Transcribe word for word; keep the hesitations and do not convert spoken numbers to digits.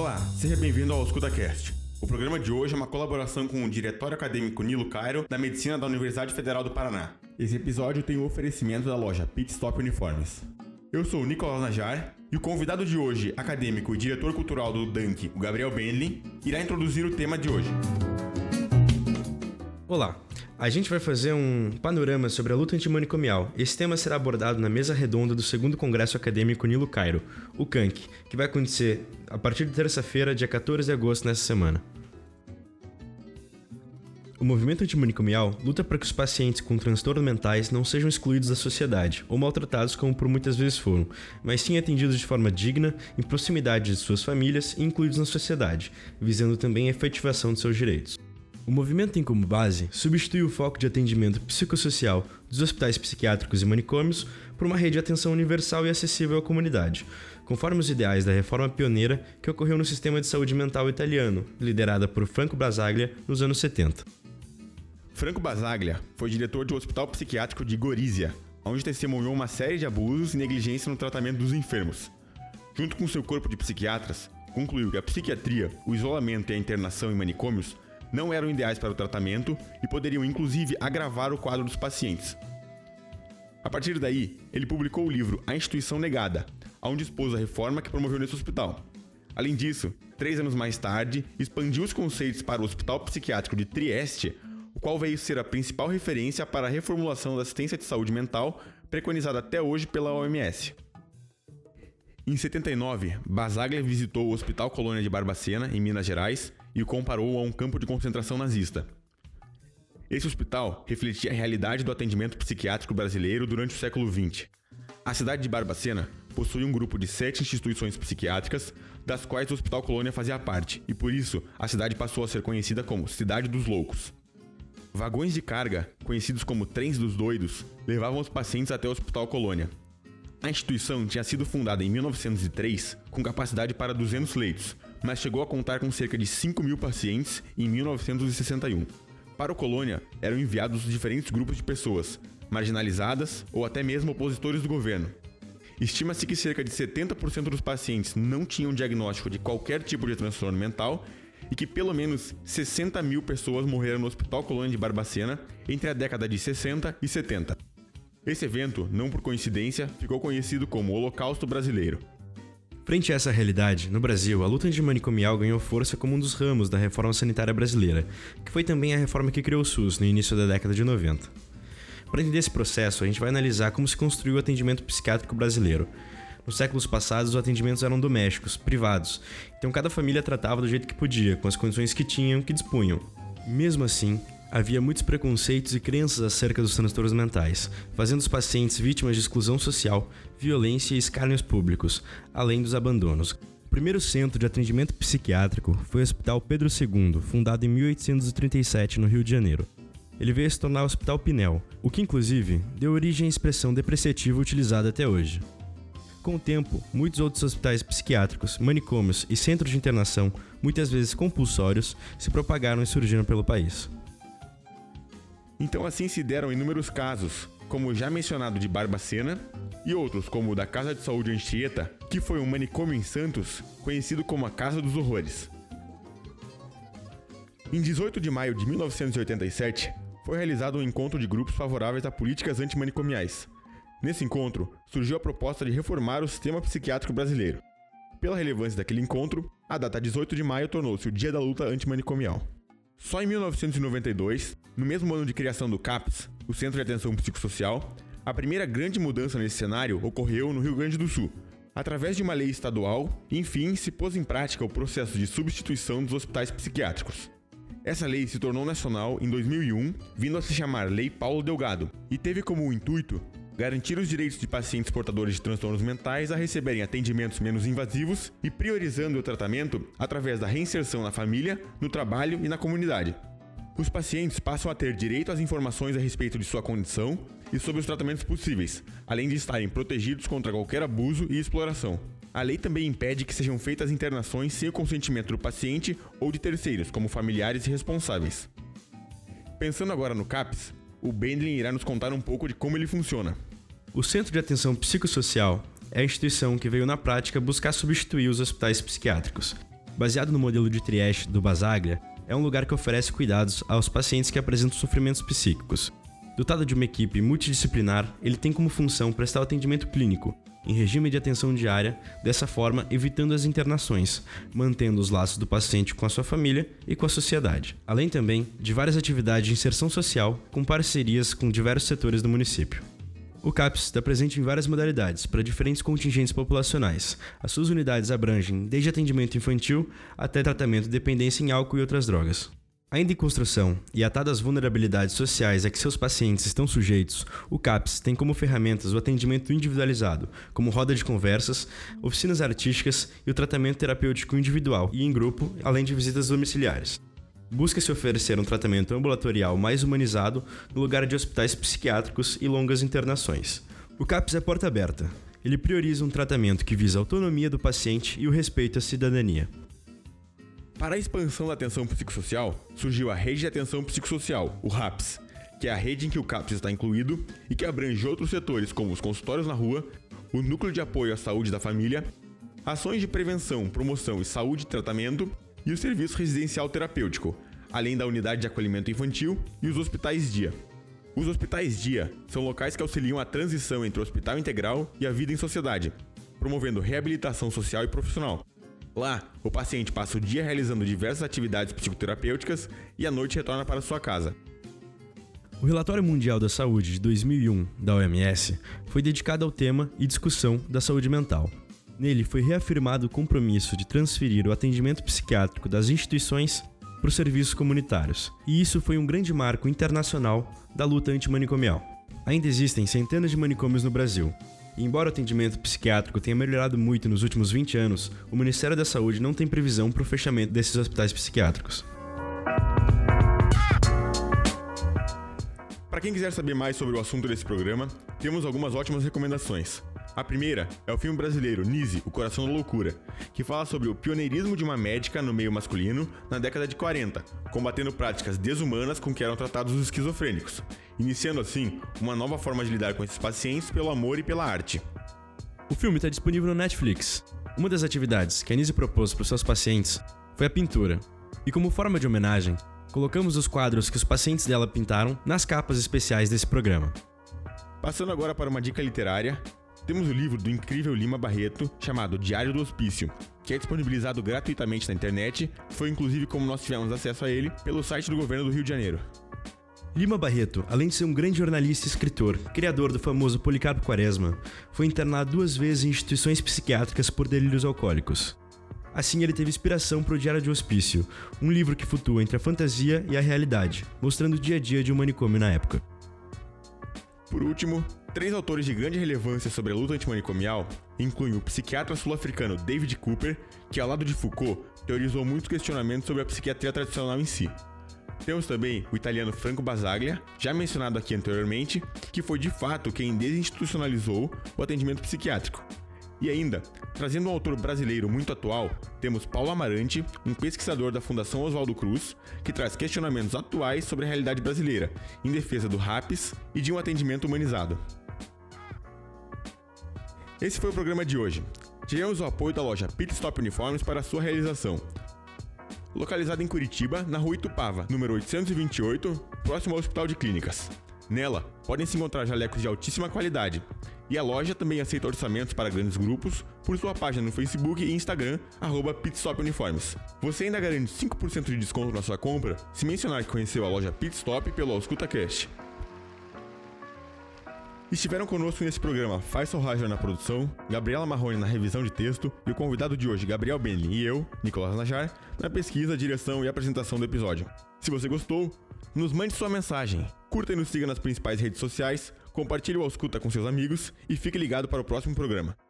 Olá, seja bem-vindo ao EscutaCast. O programa de hoje é uma colaboração com o Diretório Acadêmico Nilo Cairo da Medicina da Universidade Federal do Paraná. Esse episódio tem o oferecimento da loja Pit Stop Uniformes. Eu sou o Nicolas Najar e o convidado de hoje, acadêmico e diretor cultural do D A N C, o Gabriel Bendlin, irá introduzir o tema de hoje. Olá, a gente vai fazer um panorama sobre a luta antimanicomial. Esse tema será abordado na mesa redonda do segundo Congresso Acadêmico Nilo Cairo, o C A N C, que vai acontecer a partir de terça-feira, dia quatorze de agosto, nessa semana. O movimento antimanicomial luta para que os pacientes com transtornos mentais não sejam excluídos da sociedade ou maltratados como por muitas vezes foram, mas sim atendidos de forma digna, em proximidade de suas famílias e incluídos na sociedade, visando também a efetivação de seus direitos. O movimento tem como base substituir o foco de atendimento psicossocial dos hospitais psiquiátricos e manicômios por uma rede de atenção universal e acessível à comunidade, conforme os ideais da reforma pioneira que ocorreu no sistema de saúde mental italiano, liderada por Franco Basaglia nos anos setenta. Franco Basaglia foi diretor do Hospital Psiquiátrico de Gorizia, onde testemunhou uma série de abusos e negligência no tratamento dos enfermos. Junto com seu corpo de psiquiatras, concluiu que a psiquiatria, o isolamento e a internação em manicômios não eram ideais para o tratamento e poderiam inclusive agravar o quadro dos pacientes. A partir daí, ele publicou o livro A Instituição Negada, onde expôs a reforma que promoveu nesse hospital. Além disso, três anos mais tarde, expandiu os conceitos para o Hospital Psiquiátrico de Trieste, o qual veio ser a principal referência para a reformulação da assistência de saúde mental preconizada até hoje pela O M S. Em setenta e nove, Basaglia visitou o Hospital Colônia de Barbacena, em Minas Gerais, e o comparou a um campo de concentração nazista. Esse hospital refletia a realidade do atendimento psiquiátrico brasileiro durante o século vinte. A cidade de Barbacena possui um grupo de sete instituições psiquiátricas, das quais o Hospital Colônia fazia parte, e por isso a cidade passou a ser conhecida como Cidade dos Loucos. Vagões de carga, conhecidos como trens dos doidos, levavam os pacientes até o Hospital Colônia. A instituição tinha sido fundada em mil novecentos e três com capacidade para duzentos leitos, mas chegou a contar com cerca de cinco mil pacientes em mil novecentos e sessenta e um. Para o Colônia eram enviados diferentes grupos de pessoas, marginalizadas ou até mesmo opositores do governo. Estima-se que cerca de setenta por cento dos pacientes não tinham diagnóstico de qualquer tipo de transtorno mental e que pelo menos sessenta mil pessoas morreram no Hospital Colônia de Barbacena entre a década de sessenta e setenta. Esse evento, não por coincidência, ficou conhecido como Holocausto Brasileiro. Frente a essa realidade, no Brasil, a luta antimanicomial ganhou força como um dos ramos da reforma sanitária brasileira, que foi também a reforma que criou o SUS no início da década de noventa. Para entender esse processo, a gente vai analisar como se construiu o atendimento psiquiátrico brasileiro. Nos séculos passados, os atendimentos eram domésticos, privados, então cada família tratava do jeito que podia, com as condições que tinham, que dispunham. Mesmo assim, havia muitos preconceitos e crenças acerca dos transtornos mentais, fazendo os pacientes vítimas de exclusão social, violência e escárnios públicos, além dos abandonos. O primeiro centro de atendimento psiquiátrico foi o Hospital Pedro segundo, fundado em mil oitocentos e trinta e sete, no Rio de Janeiro. Ele veio a se tornar o Hospital Pinel, o que inclusive deu origem à expressão depreciativa utilizada até hoje. Com o tempo, muitos outros hospitais psiquiátricos, manicômios e centros de internação, muitas vezes compulsórios, se propagaram e surgiram pelo país. Então assim se deram inúmeros casos, como o já mencionado de Barbacena, e outros como o da Casa de Saúde Anchieta, que foi um manicômio em Santos, conhecido como a Casa dos Horrores. Em dezoito de maio de mil novecentos e oitenta e sete, foi realizado um encontro de grupos favoráveis a políticas antimanicomiais. Nesse encontro, surgiu a proposta de reformar o sistema psiquiátrico brasileiro. Pela relevância daquele encontro, a data dezoito de maio tornou-se o Dia da Luta Antimanicomial. Só em mil novecentos e noventa e dois, no mesmo ano de criação do CAPS, o Centro de Atenção Psicossocial, a primeira grande mudança nesse cenário ocorreu no Rio Grande do Sul. Através de uma lei estadual, enfim, se pôs em prática o processo de substituição dos hospitais psiquiátricos. Essa lei se tornou nacional em dois mil e um, vindo a se chamar Lei Paulo Delgado, e teve como intuito garantir os direitos de pacientes portadores de transtornos mentais a receberem atendimentos menos invasivos e priorizando o tratamento através da reinserção na família, no trabalho e na comunidade. Os pacientes passam a ter direito às informações a respeito de sua condição e sobre os tratamentos possíveis, além de estarem protegidos contra qualquer abuso e exploração. A lei também impede que sejam feitas internações sem o consentimento do paciente ou de terceiros, como familiares e responsáveis. Pensando agora no CAPS, o Bendlin irá nos contar um pouco de como ele funciona. O Centro de Atenção Psicossocial é a instituição que veio na prática buscar substituir os hospitais psiquiátricos. baseado no modelo de triage do Basaglia, é um lugar que oferece cuidados aos pacientes que apresentam sofrimentos psíquicos. Dotado de uma equipe multidisciplinar, ele tem como função prestar atendimento clínico, em regime de atenção diária, dessa forma evitando as internações, mantendo os laços do paciente com a sua família e com a sociedade. Além também de várias atividades de inserção social com parcerias com diversos setores do município. O CAPS está presente em várias modalidades, para diferentes contingentes populacionais. As suas unidades abrangem desde atendimento infantil até tratamento de dependência em álcool e outras drogas. Ainda em construção e atado às vulnerabilidades sociais a que seus pacientes estão sujeitos, o CAPS tem como ferramentas o atendimento individualizado, como roda de conversas, oficinas artísticas e o tratamento terapêutico individual e em grupo, além de visitas domiciliares. Busca-se oferecer um tratamento ambulatorial mais humanizado no lugar de hospitais psiquiátricos e longas internações. O CAPS é porta aberta. Ele prioriza um tratamento que visa a autonomia do paciente e o respeito à cidadania. Para a expansão da atenção psicossocial, surgiu a Rede de Atenção Psicossocial, o RAPS, que é a rede em que o CAPS está incluído e que abrange outros setores como os consultórios na rua, o núcleo de apoio à saúde da família, ações de prevenção, promoção e saúde e tratamento e o serviço residencial terapêutico, além da unidade de acolhimento infantil e os hospitais-dia. Os hospitais-dia são locais que auxiliam a transição entre o hospital integral e a vida em sociedade, promovendo reabilitação social e profissional. Lá, o paciente passa o dia realizando diversas atividades psicoterapêuticas e à noite retorna para sua casa. O Relatório Mundial da Saúde de dois mil e um, da O M S, foi dedicado ao tema e discussão da saúde mental. Nele foi reafirmado o compromisso de transferir o atendimento psiquiátrico das instituições para os serviços comunitários, e isso foi um grande marco internacional da luta antimanicomial. Ainda existem centenas de manicômios no Brasil, e embora o atendimento psiquiátrico tenha melhorado muito nos últimos vinte anos, o Ministério da Saúde não tem previsão para o fechamento desses hospitais psiquiátricos. Para quem quiser saber mais sobre o assunto desse programa, temos algumas ótimas recomendações. A primeira é o filme brasileiro Nise, O Coração da Loucura, que fala sobre o pioneirismo de uma médica no meio masculino na década de quarenta, combatendo práticas desumanas com que eram tratados os esquizofrênicos, iniciando assim uma nova forma de lidar com esses pacientes pelo amor e pela arte. O filme está disponível no Netflix. Uma das atividades que a Nise propôs para os seus pacientes foi a pintura, e como forma de homenagem, colocamos os quadros que os pacientes dela pintaram nas capas especiais desse programa. Passando agora para uma dica literária, temos o livro do incrível Lima Barreto, chamado Diário do Hospício, que é disponibilizado gratuitamente na internet, foi inclusive como nós tivemos acesso a ele pelo site do governo do Rio de Janeiro. Lima Barreto, além de ser um grande jornalista e escritor, criador do famoso Policarpo Quaresma, foi internado duas vezes em instituições psiquiátricas por delírios alcoólicos. Assim, ele teve inspiração para o Diário de Hospício, um livro que flutua entre a fantasia e a realidade, mostrando o dia a dia de um manicômio na época. Por último, três autores de grande relevância sobre a luta antimanicomial incluem o psiquiatra sul-africano David Cooper, que ao lado de Foucault, teorizou muitos questionamentos sobre a psiquiatria tradicional em si. Temos também o italiano Franco Basaglia, já mencionado aqui anteriormente, que foi de fato quem desinstitucionalizou o atendimento psiquiátrico. E ainda, trazendo um autor brasileiro muito atual, temos Paulo Amarante, um pesquisador da Fundação Oswaldo Cruz, que traz questionamentos atuais sobre a realidade brasileira, em defesa do RAPS e de um atendimento humanizado. Esse foi o programa de hoje. Tivemos o apoio da loja Pit Stop Uniformes para a sua realização. Localizada em Curitiba, na rua Itupava, número oitocentos e vinte e oito, próximo ao Hospital de Clínicas. Nela, podem se encontrar jalecos de altíssima qualidade. E a loja também aceita orçamentos para grandes grupos por sua página no Facebook e Instagram, arroba Pitstop Uniformes. Você ainda garante cinco por cento de desconto na sua compra se mencionar que conheceu a loja Pitstop pelo AuscultaCast. Estiveram conosco nesse programa Faisal Rajar na produção, Gabriela Marrone na revisão de texto e o convidado de hoje, Gabriel Benlin, e eu, Nicolas Najar, na pesquisa, direção e apresentação do episódio. Se você gostou, nos mande sua mensagem, curta e nos siga nas principais redes sociais, compartilhe o Ausculta com seus amigos e fique ligado para o próximo programa.